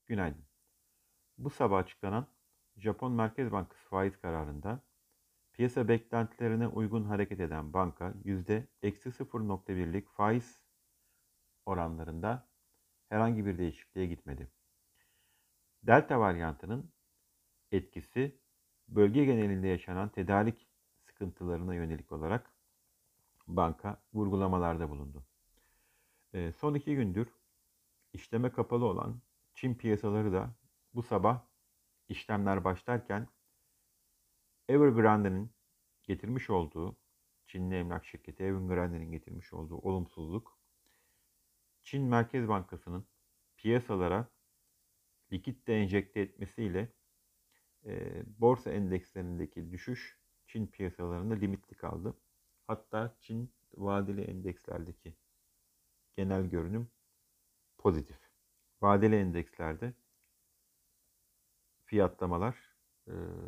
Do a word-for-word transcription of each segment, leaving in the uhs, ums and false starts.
Günaydın. Bu sabah açıklanan Japon Merkez Bankası faiz kararında piyasa beklentilerine uygun hareket eden banka yüzde eksi sıfır nokta birlik faiz oranlarında herhangi bir değişikliğe gitmedi. Delta varyantının etkisi bölge genelinde yaşanan tedarik sıkıntılarına yönelik olarak banka vurgulamalarda bulundu. Son iki gündür işleme kapalı olan Çin piyasaları da bu sabah işlemler başlarken Evergrande'nin getirmiş olduğu, Çinli emlak şirketi Evergrande'nin getirmiş olduğu olumsuzluk, Çin Merkez Bankası'nın piyasalara likitte enjekte etmesiyle e, borsa endekslerindeki düşüş Çin piyasalarında limitli kaldı. Hatta Çin vadeli endekslerdeki genel görünüm pozitif. Vadeli endekslerde fiyatlamalar e,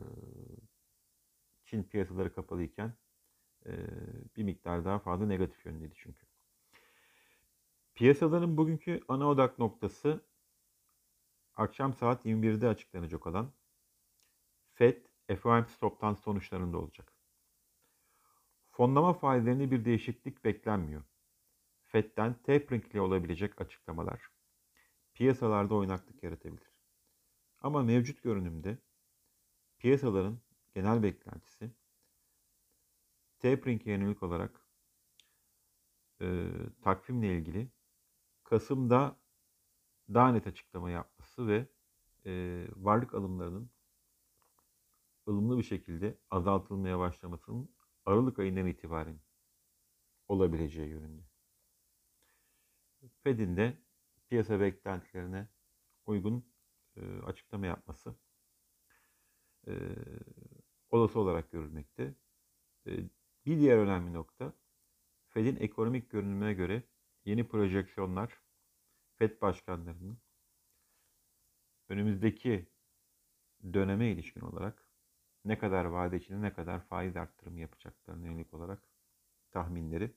Çin piyasaları kapalıyken e, bir miktar daha fazla negatif yönlüydü çünkü. Piyasaların bugünkü ana odak noktası akşam saat yirmi birde açıklanacak olan Fed F O M C toplantısı sonuçlarında olacak. Fonlama faizlerinde bir değişiklik beklenmiyor. Fed'den tapering ile olabilecek açıklamalar piyasalarda oynaklık yaratabilir. Ama mevcut görünümde piyasaların genel beklentisi tapering'e yönelik olarak e, takvimle ilgili Kasım'da daha net açıklama yapması ve e, varlık alımlarının ılımlı bir şekilde azaltılmaya başlamasının Aralık ayından itibaren olabileceği yönünde. Fed'in de piyasa beklentilerine uygun e, açıklama yapması e, olası olarak görülmekte. E, bir diğer önemli nokta, Fed'in ekonomik görünümüne göre yeni projeksiyonlar Fed başkanlarının önümüzdeki döneme ilişkin olarak ne kadar vade içinde ne kadar faiz arttırımı yapacaklarına yönelik olarak tahminleri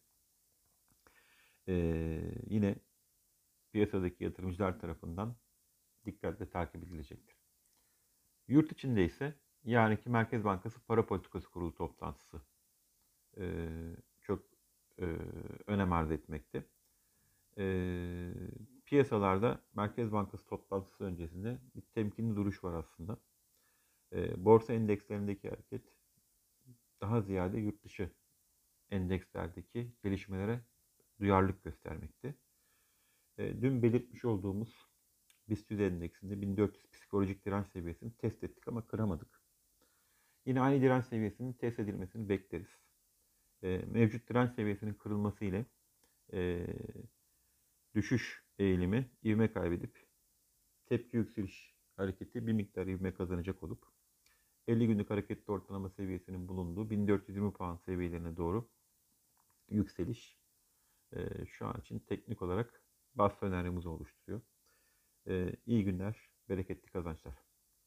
ee, yine piyasadaki yatırımcılar tarafından dikkatle takip edilecektir. Yurt içinde ise yarınki Merkez Bankası Para Politikası Kurulu toplantısı e, çok e, önem arz etmekte. E, piyasalarda Merkez Bankası toplantısı öncesinde bir temkinli duruş var aslında. E, borsa endekslerindeki hareket daha ziyade yurt dışı endekslerdeki gelişmelere duyarlılık göstermekte. E, dün belirtmiş olduğumuz BIST yüz endeksinde bin dört yüz psikolojik direnç seviyesini test ettik ama kıramadık. Yine aynı direnç seviyesinin test edilmesini bekleriz. E, mevcut direnç seviyesinin kırılması ile e, düşüş eğilimi ivme kaybedip tepki yükseliş hareketi bir miktar ivme kazanacak olup elli günlük hareketli ortalama seviyesinin bulunduğu bin dört yüz yirmi puan seviyelerine doğru yükseliş e, şu an için teknik olarak bas önerimizi oluşturuyor. E, iyi günler, bereketli kazançlar.